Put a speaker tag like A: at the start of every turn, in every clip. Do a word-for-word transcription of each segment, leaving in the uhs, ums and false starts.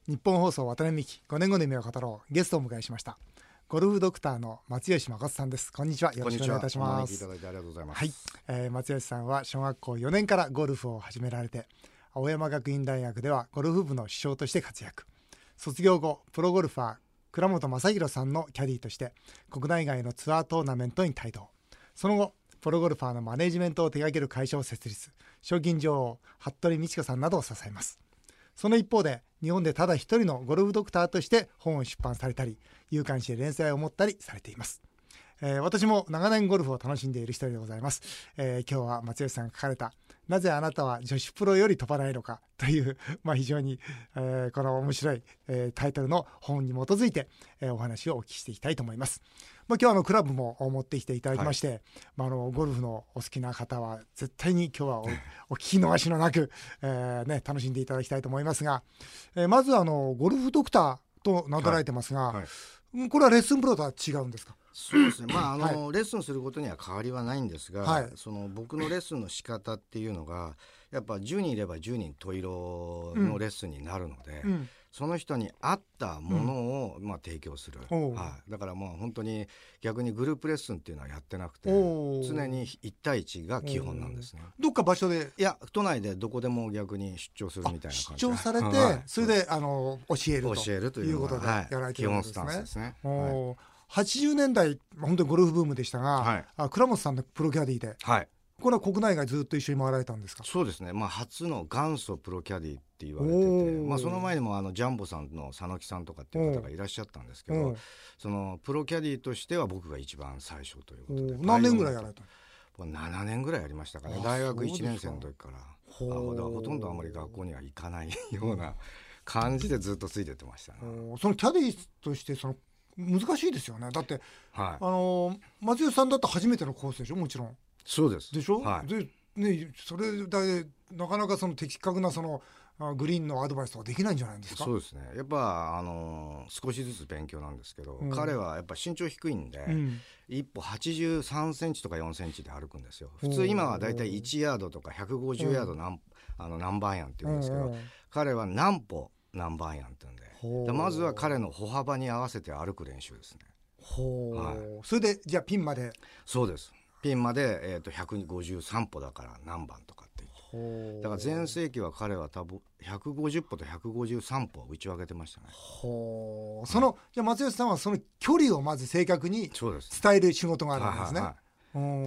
A: 日本放送渡辺美希ごねんごの夢を語ろう。ゲストをお迎えしました。ゴルフドクターの松吉誠さんです。こんにちは。よろしくお願いいたします。
B: こんにちは。お招きいただいてありがとうございます。
A: はい、えー、松吉さんは小学校よねんからゴルフを始められて、青山学院大学ではゴルフ部の主将として活躍。卒業後プロゴルファー倉本正弘さんのキャディーとして国内外のツアートーナメントに帯同。その後プロゴルファーのマネジメントを手掛ける会社を設立。賞金女王服部道子さんなどを支えます。その一方で日本でただ一人のゴルフドクターとして本を出版されたり、有刊誌で連載を持ったりされています。えー、私も長年ゴルフを楽しんでいる一人でございます。えー、今日は松吉さんが書かれたなぜあなたは女子プロより飛ばないのかという、まあ、非常に、えー、この面白い、えー、タイトルの本に基づいて、えー、お話をお聞きしていきたいと思います。まあ、今日はあのクラブも持ってきていただきまして、はい、まあ、あのゴルフのお好きな方は絶対に今日は お, お聞き逃しのなく、えーね、楽しんでいただきたいと思いますが、えー、まずあのゴルフドクターと名乗られてますが、はいはい、これはレッスンプロとは違うんですか？
B: そうですね、まああの、
A: はい、
B: レッスンすることには変わりはないんですが、はい、その僕のレッスンの仕方っていうのがやっぱじゅうにんいればじゅうにん十色のレッスンになるので、うんうん、その人に合ったものを、うんまあ、提供する、はい、だからもう本当に逆にグループレッスンっていうのはやってなくて常にいち対いちが基本なんですね。
A: どっか場所で
B: いや都内でどこでも逆に出張するみたいな感じで
A: 出張されて、はい、それであの教えると
B: 教えるという
A: ことでやられているんですね。
B: 基本スタンスですね。
A: はいはちじゅうねんだい本当にゴルフブームでしたが、はい、あ倉本さんのプロキャディで、はい、これは国内外ずっと一緒に回られたんですか？
B: そうですね、まあ、初の元祖プロキャディって言われてて、まあ、その前にもあのジャンボさんの佐野木さんとかっていう方がいらっしゃったんですけど、そのプロキャディとしては僕が一番最初ということで。
A: 何年ぐらいやられた
B: の？ななねんぐらいやりましたかね。大学いちねん生の時からほ, あだからほとんどあまり学校には行かないような感じでずっとついてってましたね。
A: そのキャディとしてその難しいですよね。だって、はい、あの松吉さんだったら初めてのコースでしょ。もちろん
B: そうです
A: でしょ、
B: はい
A: でね、それでなかなかその的確なそのグリーンのアドバイスとかできないんじゃないんですか？
B: そうですね、やっぱあの少しずつ勉強なんですけど、うん、彼はやっぱ身長低いんで、うん、一歩はちじゅうさんセンチとかよんセンチで歩くんですよ。普通今はだいたいいちヤードとかひゃくごじゅうヤード何、あの何番ヤンって言うんですけど、彼は何歩何番ヤンって言うんで、まずは彼の歩幅に合わせて歩く練習ですね。
A: ほう、はい、それでじゃあピンまで。
B: そうです、ピンまで、えー、とひゃくごじゅうさん歩だから何番とかって言って、だから全盛期は彼は多分ひゃくごじゅっ歩とひゃくごじゅうさん歩打ち分けてましたね。
A: ほう、その、はい、じゃあ松吉さんはその距離をまず正確に伝える仕事があるんですね。はいはいはい、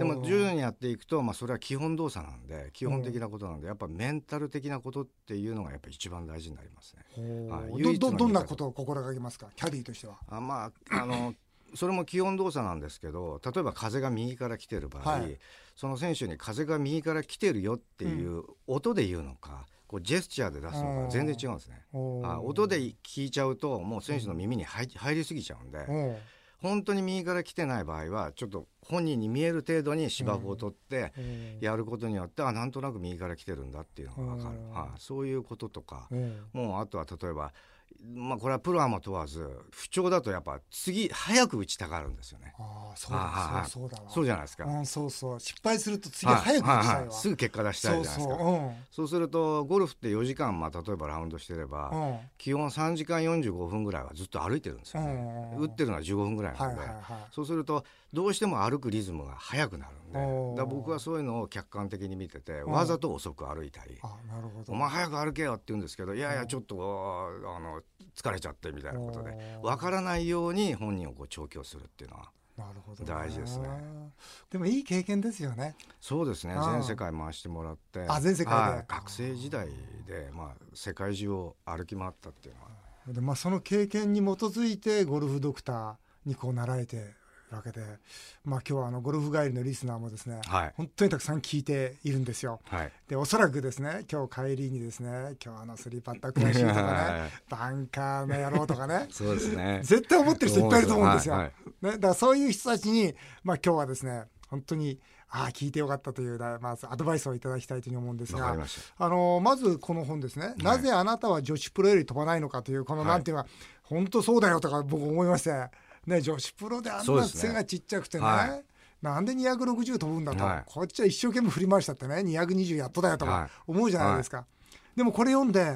B: でも徐々にやっていくと、まあ、それは基本動作なんで基本的なことなんで、やっぱメンタル的なことっていうのがやっぱ一番大事になりますね。はい、
A: ど, ど, どんなことを心がけますか、キャディーとしては？
B: あ、まあ、あのそれも基本動作なんですけど、例えば風が右から来てる場合、はい、その選手に風が右から来てるよっていう音で言うのか、こうジェスチャーで出すのか全然違うんですね。あ、音で聞いちゃうともう選手の耳に 入, 入りすぎちゃうんで、本当に右から来てない場合はちょっと本人に見える程度に芝生を取ってやることによって、あ、なんとなく右から来てるんだっていうのが分かる、はあ、そういうこととか、もうあとは例えば、まあ、これはプロアマ問わず不調だとやっぱ次早く打ちたがるんですよね。
A: ああ、そうだ、ああ、そうだわ。
B: そうじゃないですか、
A: うん、そうそう、失敗すると次早く打ちたいわ、はいはいはい、
B: すぐ結果出したいじゃないですか。そうそう、うん、そうするとゴルフってよじかん、まあ、例えばラウンドしてれば、うん、基本さんじかんよんじゅうごふんぐらいはずっと歩いてるんですよね、うん、打ってるのはじゅうごふんぐらいなので、はいはいはい、そうするとどうしても歩くリズムが速くなるんで、だから僕はそういうのを客観的に見てて、わざと遅く歩いたり、
A: あ、なるほど、
B: お前早く歩けよって言うんですけど、いやいやちょっとあの疲れちゃってみたいなことで分からないように本人をこう調教するっていうのは大事ですね。
A: でもいい経験ですよね。
B: そうですね、全世界回してもらって、
A: あ、全世界で、
B: 学生時代で、まあ、世界中を歩き回ったっていうのは
A: で、まあ、その経験に基づいてゴルフドクターにこう習えてわけで、まあ、今日はあのゴルフ帰りのリスナーもですね、はい、本当にたくさん聞いているんですよ、はい、でおそらくですね、今日帰りにですね、今日あのスリーパッター悔しいとかねバンカーの野郎とかね
B: そうですね、
A: 絶対思ってる人いっぱいいると思うんですよ、
B: はいはい
A: ね、だからそういう人たちに、まあ、今日はですね本当にああ聞いてよかったという、まずアドバイスをいただきたいというふうに思うんですが、まあのまずこの本ですね、はい、なぜあなたは女子プロより飛ばないのかというこのなんていうか、はい、本当そうだよとか僕思いましてね、女子プロであんな背がちっちゃくて ね, ね、はい、なんでにひゃくろくじゅう飛ぶんだと、はい、こっちは一生懸命振り回したってねにひゃくにじゅうやっとだよとか思うじゃないですか、はいはい、でもこれ読んで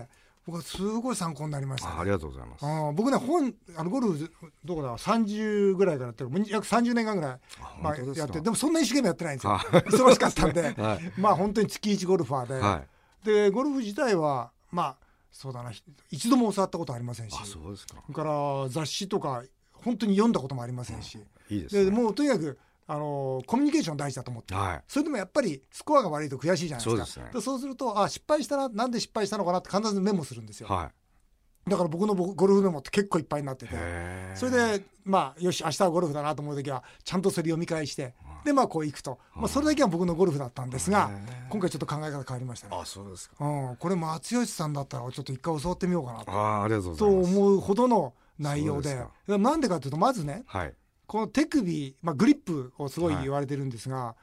A: 僕はすごい参考になりました、ね、
B: あ, ありがとうございます。
A: あ僕ね本あのゴルフどこださんじゅうぐらいからやってる約さんじゅうねんかんぐらい、まあ、やってでもそんな一生懸命やってないんですよ忙しかったんで、はい、まあ本当に月いちゴルファーで、はい、でゴルフ自体はまあそうだな一度も教わったことありませんし、
B: あそうですか。
A: それから雑誌とか本当に読んだこともありませんし、
B: うん、いいですね、
A: でもうとにかくあのコミュニケーション大事だと思って、はい、それでもやっぱりスコアが悪いと悔しいじゃないですか。そうですね。でそうするとあ失敗したらなんで失敗したのかなって必ずメモするんですよ、はい、だから僕のゴルフメモって結構いっぱいになってて、それでまあよし明日はゴルフだなと思う時はちゃんとそれ読み返して、でまあこう行くと、まあ、それだけは僕のゴルフだったんですが、今回ちょっと考え方変わりましたね。
B: あそうですか、
A: うん、これ松吉さんだったらちょっと一回教わってみようかなと、
B: あありがとうございます、
A: と思うほどの内容 で, でなんでかというとまずね、はい、この手首、まあ、グリップをすごい言われてるんですが、はい、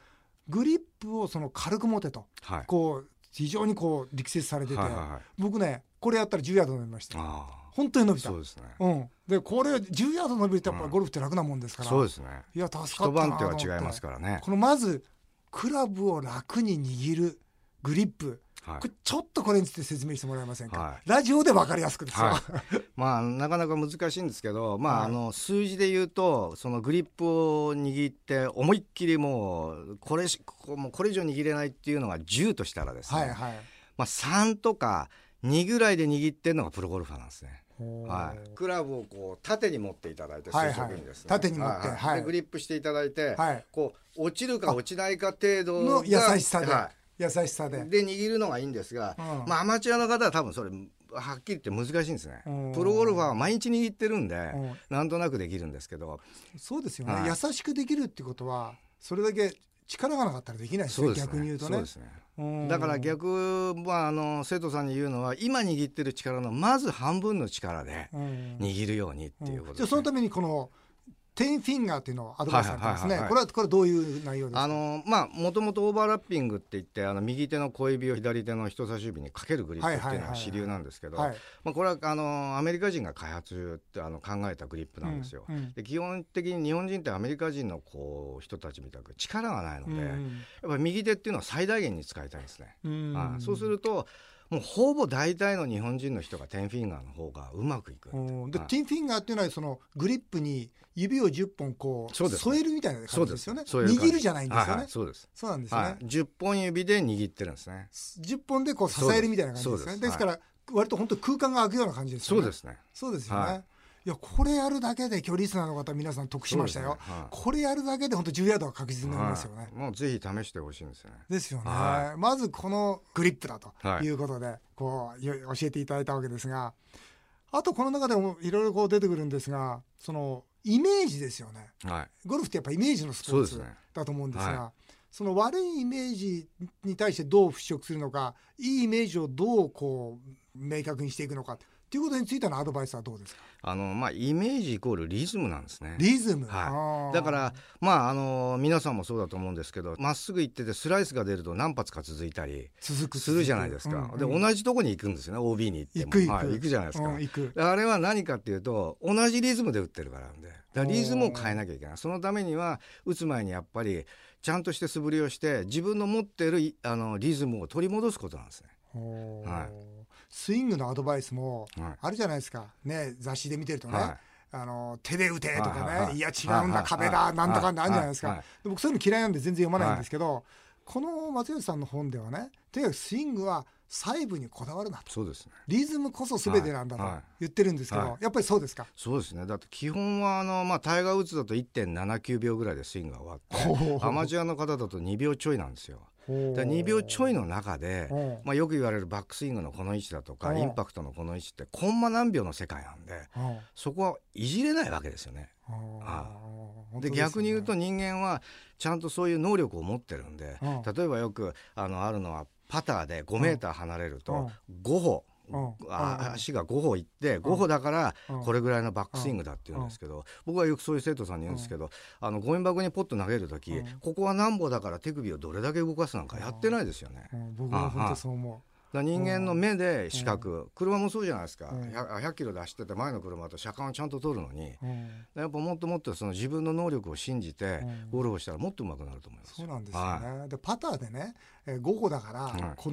A: グリップをその軽く持てと、はい、こう非常にこう力説されてて、はいはいはい、僕ねこれやったらじゅうヤード伸びました。あ本当に伸びた。そうですね、うん、でこれじゅうヤード伸びるとやっぱりゴルフって楽なもんですから、
B: うん、そうですね。
A: いや助かったなと思って。
B: 一晩手は違いますからね。
A: このまずクラブを楽に握るグリップ、はい、これちょっとこれについて説明してもらえませんか、はい、ラジオで分かりやすくですよ、はい、
B: まあなかなか難しいんですけど、まあ、はい、あの数字で言うとそのグリップを握って思いっきりもうこれもうこれ以上握れないっていうのがじゅうとしたらですね、はいはい、まあ、さんとかにぐらいで握ってるのがプロゴルファーなんですね。はい、クラブをこう縦に持っていただいて、垂直にですね、
A: 縦に持って、はいはい、
B: でグリップしていただいて、はい、こう落ちるか落ちないか程度
A: の優しさで、はい、優しさで
B: で握るのがいいんですが、うん、まあ、アマチュアの方は多分それはっきり言って難しいんですね。プロゴルファーは毎日握ってるんでなんとなくできるんですけど、
A: そうですよね、はい、優しくできるってことはそれだけ力がなかったらできないですね。逆に言うとね。そうですね。
B: だから逆、まあ、あの生徒さんに言うのは今握ってる力のまず半分の力で握るようにっていうことですね。
A: じゃあそのためにこのテンフィンガーっていうのをアドバイスされてますね。これはこれどういう内容ですか。
B: あのまあもともとオーバーラッピングって言ってあの右手の小指を左手の人差し指にかけるグリップっていうのが主流なんですけど、まあこれはあのアメリカ人が開発ってあの考えたグリップなんですよ。うんうん、で基本的に日本人ってアメリカ人のこう人たちみたく力がないので、うん、やっぱり右手っていうのは最大限に使いたいんですね。うん、あそうするともうほぼ大体の日本人の人がテンフィンガーの方がうまくいく。
A: で、はい、テンフィンガーっていうのはそのグリップに指をじゅっぽんこう添えるみたいな感じですよね。握るじゃないんですよね。はいはい、そうです。そうなんですね、はい。
B: じゅっぽん指で握ってるんですね。
A: じゅっぽんでこう支えるみたいな感じですね。です、ですから、はい、割と本当空間が空くような感じですよね。
B: そうですね。
A: そうですよね。はい、いやこれやるだけで距離リスナーの方皆さん得しましたよ、ね、はい、これやるだけで本当じゅうヤードは確実になりますよね、
B: はい、もうぜひ試してほしいんですよね。
A: ですよね、はい、まずこのグリップだということで、はい、こう教えていただいたわけですが、あとこの中でもいろいろこう出てくるんですが、そのイメージですよね、はい、ゴルフってやっぱイメージのスポーツだと思うんですが、はい、その悪いイメージに対してどう払拭するのか、いいイメージをどうこう明確にしていくのかということについてのアドバイスはどうですか。
B: あの、まあ、イメージイコールリズムなんですね。
A: リズム、
B: はい、だから、まあ、あの皆さんもそうだと思うんですけど、まっすぐ行っててスライスが出ると何発か続いたりするじゃないですか、うんうん、で同じとこに行くんですよね。 オービー に行っても
A: 行く行く、
B: はい、行くじゃないですか、
A: うん、行く。
B: あれは何かっていうと同じリズムで打ってるからなんで、だからリズムを変えなきゃいけない。そのためには打つ前にやっぱりちゃんとして素振りをして自分の持っているあのリズムを取り戻すことなんですね。
A: はい、スイングのアドバイスもあるじゃないですか、ね、雑誌で見てるとね、はい、あの手で打てとかね、はいはいはい、いや違うんだ、はいはい、壁だ、はい、なんとかってあるじゃないですか、はいはい、で僕そういうの嫌いなんで全然読まないんですけど、はい、この松吉さんの本ではね、とにかくスイングは細部にこだわるなと。
B: そうですね、
A: リズムこそ全てなんだと言ってるんですけど、はいはい、やっぱりそうですか。
B: そうですね。だって基本はあの、まあ、タイガー・ウッズだと いってんななきゅうびょうぐらいでスイングが終わってアマチュアの方だとにびょうちょいなんですよ。でにびょうちょいの中で、まあ、よく言われるバックスイングのこの位置だとかインパクトのこの位置ってコンマ何秒の世界なんで、そこはいじれないわけですよね。ああで逆に言うと人間はちゃんとそういう能力を持ってるんで、例えばよく あのあるのはパターでごメーター離れるとごほあ足がごほいってごほだからこれぐらいのバックスイングだって言うんですけど、僕はよくそういう生徒さんに言うんですけど、あのゴミ箱にポッと投げるとき、ここは何歩だから手首をどれだけ動かすなんかやってないですよね。
A: 僕は本当そう思う。
B: だ人間の目で視覚、車もそうじゃないですか、ひゃくキロで走ってて前の車と車間をちゃんと取るのに、やっぱもっともっとその自分の能力を信じてゴルフをしたらもっと上手くなると思います。
A: そうなんですよね、はい、でパターでねごほだからこの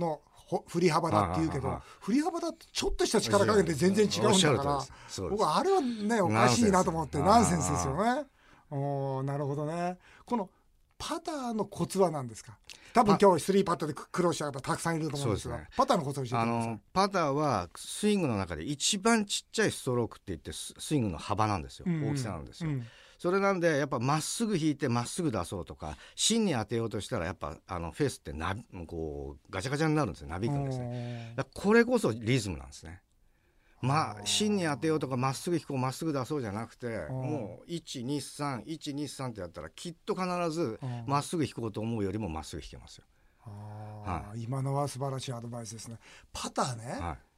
A: ほ振り幅だって言うけど、
B: はいはいはい、
A: 振り幅だってちょっとした力加減で全然違うんだから、僕はあれはねおかしいなと思って、ナンセンスですよね。おなるほどね。このパターのコツは何ですか？多分今日スリーパットで苦労した方たくさんいると思うんですが、ね、パターのコツを教えてください。
B: あのパターはスイングの中で一番ちっちゃいストロークって言ってスイングの幅なんですよ、うんうん、大きさなんですよ、うん、それなんでやっぱまっすぐ引いてまっすぐ出そうとか芯に当てようとしたらやっぱあのフェースってなこうガチャガチャになるんですよ、なびくんですね。だこれこそリズムなんですね。まあ芯に当てようとかまっすぐ引こうまっすぐ出そうじゃなくて、もういちにさんいちにさんってやったらきっと必ずまっすぐ引こうと思うよりもまっすぐ引けますよ。
A: あ、はい、今のは素晴らしいアドバイスですね。パターね、はい、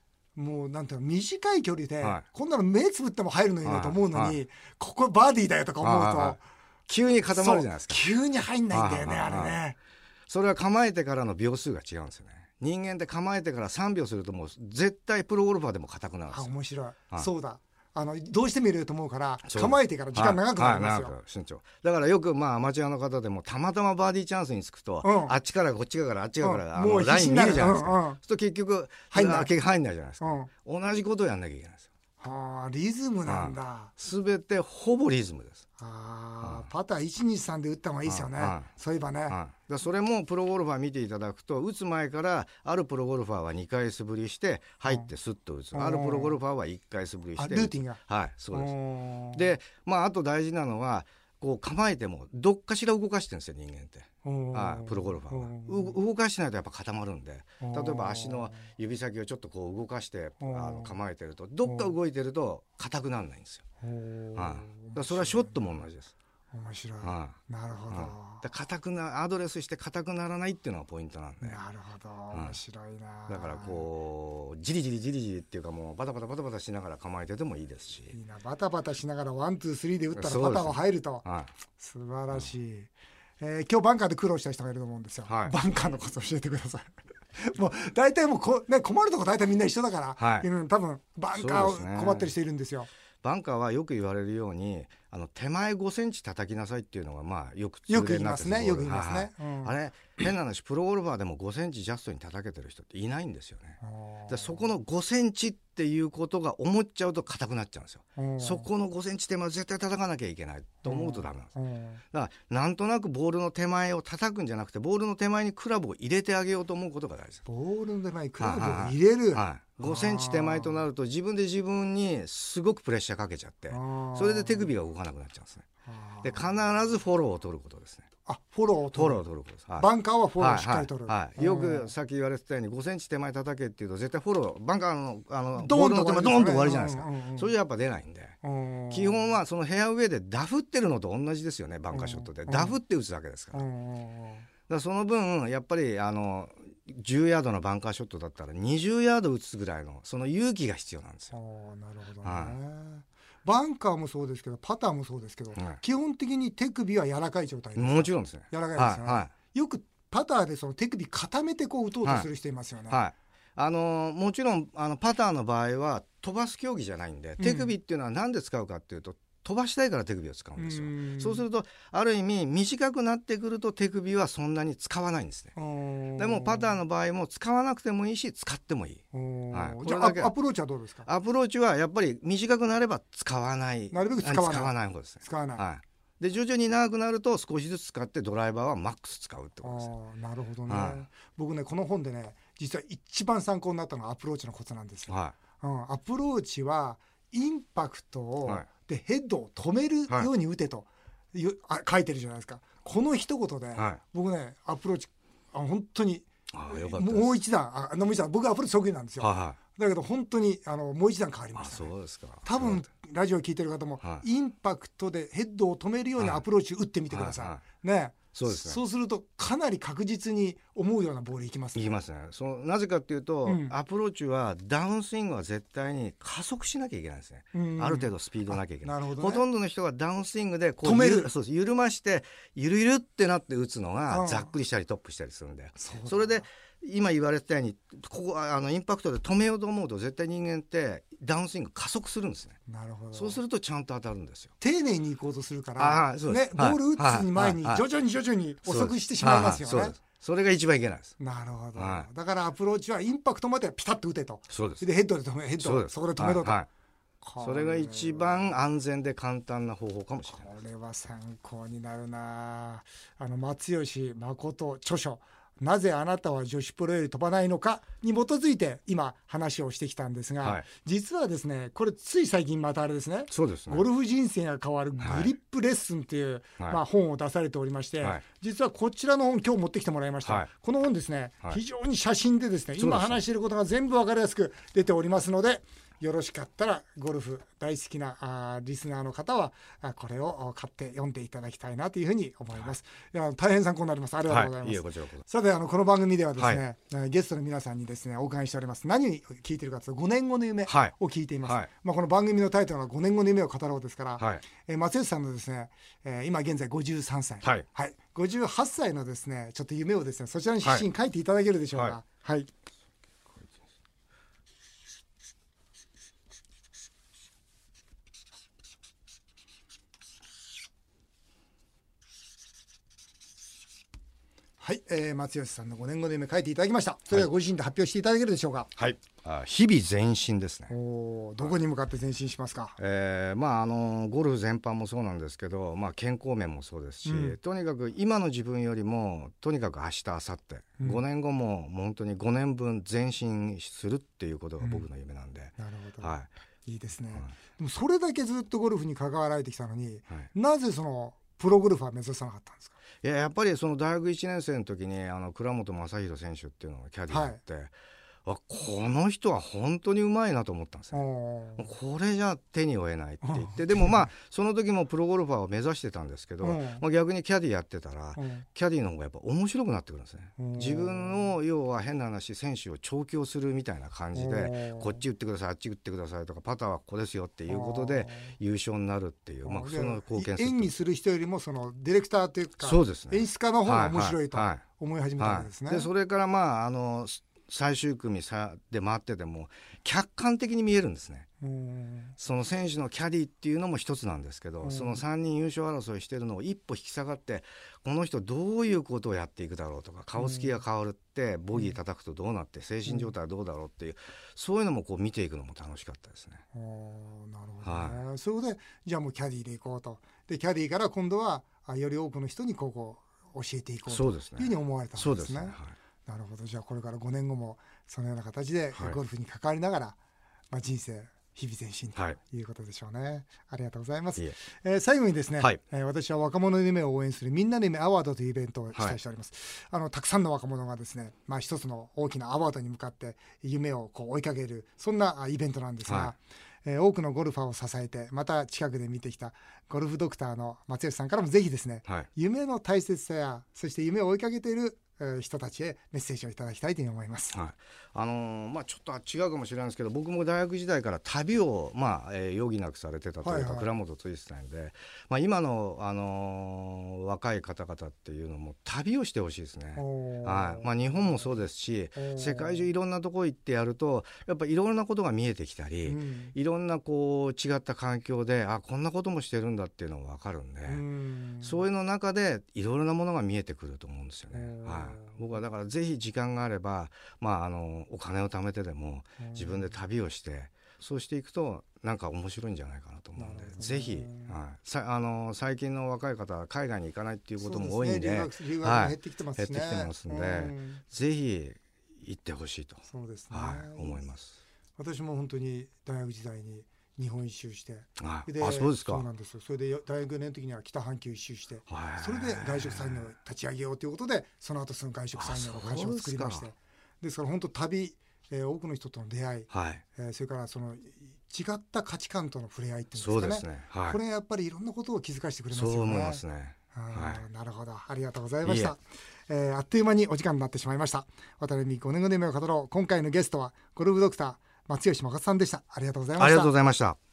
A: もうなんていうの短い距離で、はい、こんなの目つぶっても入るのになと思うのに、はいはい、ここバーディーだよとか思うと、はいはい、
B: 急に固まるじゃないですか。
A: 急に入んないんだよね、はいはいはい、あれね。
B: それは構えてからの秒数が違うんですよね。人間って構えてからさんびょうするともう絶対プロゴルファーでも硬くなるんですよ。
A: あ、面白い、はい、そうだ、あのどうしても入れると思うから構えてから時間長くなりますよ、はいはい、
B: 慎重だからよくまあアマチュアの方でもたまたまバーディーチャンスにつくと、うん、あっちからこっちからあっちから、うん、あのライン見るじゃないですか、うんうん、そうすると結局入んない結局入んないじゃないですか、うん、同じことをやんなきゃいけないんですよ。
A: はあ、リズムなんだ。
B: すべてほぼリズムです。
A: あ、パターいちにさんで打った方がいいですよね。そういえばね。
B: だそれもプロゴルファー見ていただくと、打つ前からあるプロゴルファーはにかい素振りして入ってスッと打つ、あるプロゴルファーはいっかい素振りして
A: ルーティンが、
B: はい、そうです。で、まあ、あと大事なのはこう構えてもどっかしら動かしてるんですよ、人間って。はい、プロゴルファーは動かしてないとやっぱ固まるんで、例えば足の指先をちょっとこう動かしてあの構えてるとどっか動いてると硬くならないんですよ。はい、だそれはショットも同じです。
A: 面白い、はあ、なるほど、は
B: あ、だ硬くなアドレスして硬くならないっていうのがポイントなんで。
A: なるほど、面白いな、は
B: あ、だからこうじりじりじりじりっていうかもうバタバタバタバタしながら構えててもいいですし、
A: いいな、バタバタしながらワンツースリーで打ったらパターが入ると、はい、素晴らしい、うん、えー、今日バンカーで苦労した人がいると思うんですよ、はい、バンカーのこと教えてくださいもう大体もうこ、ね、困るとこ大体みんな一緒だから、はい、多分バンカーを困ってる人いるんですよ。
B: バンカーはよく言われるようにあの手前ごセンチ叩きなさいっていうのがまあよく
A: よく言いますね。よく言いますね、
B: うん、あれ変な話プロゴルファーでもごセンチジャストに叩けてる人っていないんですよね。でそこのごセンチっていうことが思っちゃうと硬くなっちゃうんですよ。そこのごセンチ手前絶対叩かなきゃいけないと思うとダメなんです。だからなんとなくボールの手前を叩くんじゃなくてボールの手前にクラブを入れてあげようと思うことが大事です。
A: ボールの手前にクラブを入れる、はいはいはい、
B: ごセンチ手前となると自分で自分にすごくプレッシャーかけちゃってそれで手首が動かなくなっちゃうんですね。で必ずフォローを取ることですね。
A: あ、フォローを取る。フォローを取ることです、はい、バンカーはフォローをしっかり取る、
B: はいはいはい、よくさっき言われてたようにごセンチ手前叩けっていうと絶対フォローバンカーのあのボールの手前ドーンと終わりじゃないですか、うんうんうん、それじゃやっぱ出ないんで基本はそのフェアウェイでダフってるのと同じですよね。バンカーショットでダフって打つだけですから、うんうん、だからその分やっぱりあのじゅうヤードのバンカーショットだったらにじゅうヤード打つぐらいのその勇気が必要なんですよ。
A: あ、なるほどね、はい、バンカーもそうですけどパターもそうですけど、はい、基本的に手首は柔らかい状態です。
B: もちろんですね。
A: 柔らかいですよね、はいはい、よくパターでその手首固めてこう打とうとする人いますよね、
B: はいはい、あのもちろんあのパターの場合は飛ばす競技じゃないんで、手首っていうのは何で使うかっていうと、うん、飛ばしたいから手首を使うんですよ。うそうするとある意味短くなってくると手首はそんなに使わないんですね。でもパターの場合も使わなくてもいいし使ってもいい、はい、
A: じゃあアプローチはどうですか？
B: アプローチはやっぱり短くなれば使わない、
A: なるべく使わない、
B: 使わない方ですね。
A: 使わない、
B: はい、で徐々に長くなると少しずつ使ってドライバーはマックス使うってことです。
A: あ、なるほどね、はい、僕ねこの本でね実は一番参考になったのはアプローチのコツなんですよ、はい、うん、アプローチはインパクトを、はい、でヘッドを止めるように打てと、はい、あ書いてるじゃないですか。この一言で、はい、僕ねアプローチあ本当に
B: あよかったです。
A: もう一段あもう一段僕はアプローチ得意なんですよ、はいはい、だけど本当にあのもう一段変わりました、ね、
B: あそうですか。
A: 多分ラジオ聞いてる方も、はい、インパクトでヘッドを止めるようにアプローチ打ってみてください、はいはいはい、ね。
B: そうですね、
A: そうするとかなり確実に思うようなボールいきますね。
B: いきますね。そのなぜかっていうと、うん、アプローチはダウンスイングは絶対に加速しなきゃいけないんですね、うん、ある程度スピードなきゃいけない。なるほどね、ほとんどの人がダウンスイングでこう
A: 止める、
B: そうです、緩ましてゆるゆるってなって打つのがざっくりしたりトップしたりするんで、そ, それで今言われたようにここあのインパクトで止めようと思うと絶対人間ってダウンスイング加速するんですね。
A: なるほど。
B: そうするとちゃんと当たるんですよ。
A: 丁寧に行こうとするから、ね、ボール打つに前に徐々に徐々に遅くしてしまいますよね。
B: それが一番いけないです。
A: なるほど、
B: は
A: だからアプローチはインパクトまでピタッと打てと。
B: そうです。
A: でヘッドで止めヘッド そ, そこで止めろと、
B: はいはい、それが一番安全で簡単な方法かもしれない。
A: これは参考になるな。あの松吉誠著書なぜあなたは女子プロより飛ばないのかに基づいて今話をしてきたんですが、はい、実はですねこれつい最近またあれですね、
B: そうですね、
A: ゴルフ人生が変わるグリップレッスンっていう、はい、まあ、本を出されておりまして、はい、実はこちらの本今日持ってきてもらいました、はい、この本ですね、はい、非常に写真でですね今話していることが全部分かりやすく出ておりますので、よろしかったらゴルフ大好きなあリスナーの方はあこれを買って読んでいただきたいなというふうに思います、はい、いや大変参考になります。ありがとうございます、はい、いいこちらこそ。さてあのこの番組ではですね、はい、ゲストの皆さんにですねお伺いしております。何に聞いてるかというとごねんごの夢を聞いています、はい、まあ、この番組のタイトルはごねんごの夢を語ろうですから、はい、えー、松吉さんのですね、えー、今現在ごじゅうさんさい、はいはい、ごじゅうはっさいのですねちょっと夢をですねそちらに写真書いていただけるでしょうか。はい、はい、はい、えー、松吉さんのごねんごの夢書いていただきました。それではご自身で発表していただけるでしょうか。
B: はい、あ日々前進ですね。
A: おどこに向かって前進しますか。
B: えーまあ、あのゴルフ全般もそうなんですけど、まあ、健康面もそうですし、うん、とにかく今の自分よりもとにかく明日明後日、うん、ごねんごも本当にごねんぶん前進するっていうことが僕の夢なんで、
A: うん、なるほど、
B: はい、
A: いいですね、はい、でもそれだけずっとゴルフに関わられてきたのに、はい、なぜそのプロゴルファー目指さなかったんですか。
B: いや、やっぱりその大学いちねん生の時にあの倉本昌弘選手っていうのがキャディーになって、はい、あこの人は本当にうまいなと思ったんですよ。これじゃ手に負えないって言ってでもまあその時もプロゴルファーを目指してたんですけど、まあ、逆にキャディーやってたらキャディーの方がやっぱ面白くなってくるんですね。自分の要は変な話選手を調教するみたいな感じでこっち打ってくださいあっち打ってくださいとかパターはここですよっていうことで優勝になるっていう、まあ、その貢献する
A: 演技する人よりもそのディレクターというかそうです、ね、演出家の方が面白いと思い始めたわけですね。
B: はいはいはい、でそれからまああの最終組で回ってても客観的に見えるんですね。その選手のキャディっていうのも一つなんですけど、そのさんにん優勝争いしてるのを一歩引き下がってこの人どういうことをやっていくだろうとか顔つきが変わるってボギー叩くとどうなって精神状態はどうだろうっていうそういうのもこう見ていくのも楽しかったですね。
A: なるほどね、はい、それでじゃあもうキャディでいこうと。でキャディから今度はより多くの人にここを教えていこうというふうに思われたんですね。そうですね、はい、なるほど。じゃあこれからごねんごもそのような形でゴルフに関わりながら、はい、まあ、人生日々前進ということでしょうね、はい、ありがとうございます。いえー、最後にですね、はい、えー、私は若者の夢を応援するみんなの夢アワードというイベントを主催しております、はい、あのたくさんの若者がですね、まあ、一つの大きなアワードに向かって夢をこう追いかけるそんなイベントなんですが、はい、えー、多くのゴルファーを支えてまた近くで見てきたゴルフドクターの松吉さんからもぜひですね、はい、夢の大切さやそして夢を追いかけている人たちへメッセージをいただきたいと思います。はい、あのーまあ、ちょっと違うかもしれないんですけど僕も大学時代から旅を、まあえー、余儀なくされてたというか、はいはい、倉本剛さんで、まあ、今の、あのー、若い方々っていうのも旅をしてほしいですね。はい、まあ、日本もそうですし世界中いろんなところ行ってやるとやっぱいろんなことが見えてきたり、うん、いろんなこう違った環境であこんなこともしてるんだっていうのが分かるんで、うん、そういうの中でいろいろなものが見えてくると思うんですよね。はい、僕はだからぜひ時間があれば、まあ、あのお金を貯めてでも自分で旅をしてそうしていくとなんか面白いんじゃないかなと思うのでぜひ、はい、さあの最近の若い方は海外に行かないっていうことも多いんで、 留学、留学が減ってきてますしね、
B: はい、減ってきてますんでぜひ行ってほしいと、
A: そうですね、
B: はい、思います。
A: 私も本当に大学時代に日本一周して、
B: ああそうですか。
A: そうなんですよ。それで大学よねんの時には北半球一周して、それで外食産業を立ち上げようということでその後その外食産業の会社を作りまして、ですから本当旅、えー、多くの人との出会い、はい、えー、それからその違った価値観との触れ合いっていうんですかね。そうですね、はい、これやっぱりいろんなことを気づかせてくれますよね。
B: そう思いますね。
A: はい、なるほど、ありがとうございました。いえー、あっという間にお時間になってしまいました。渡辺美ごねんごの夢を語ろう。今回のゲストはゴルフドクター松吉誠さんでした。ありがとうございました。
B: ありがとうございました。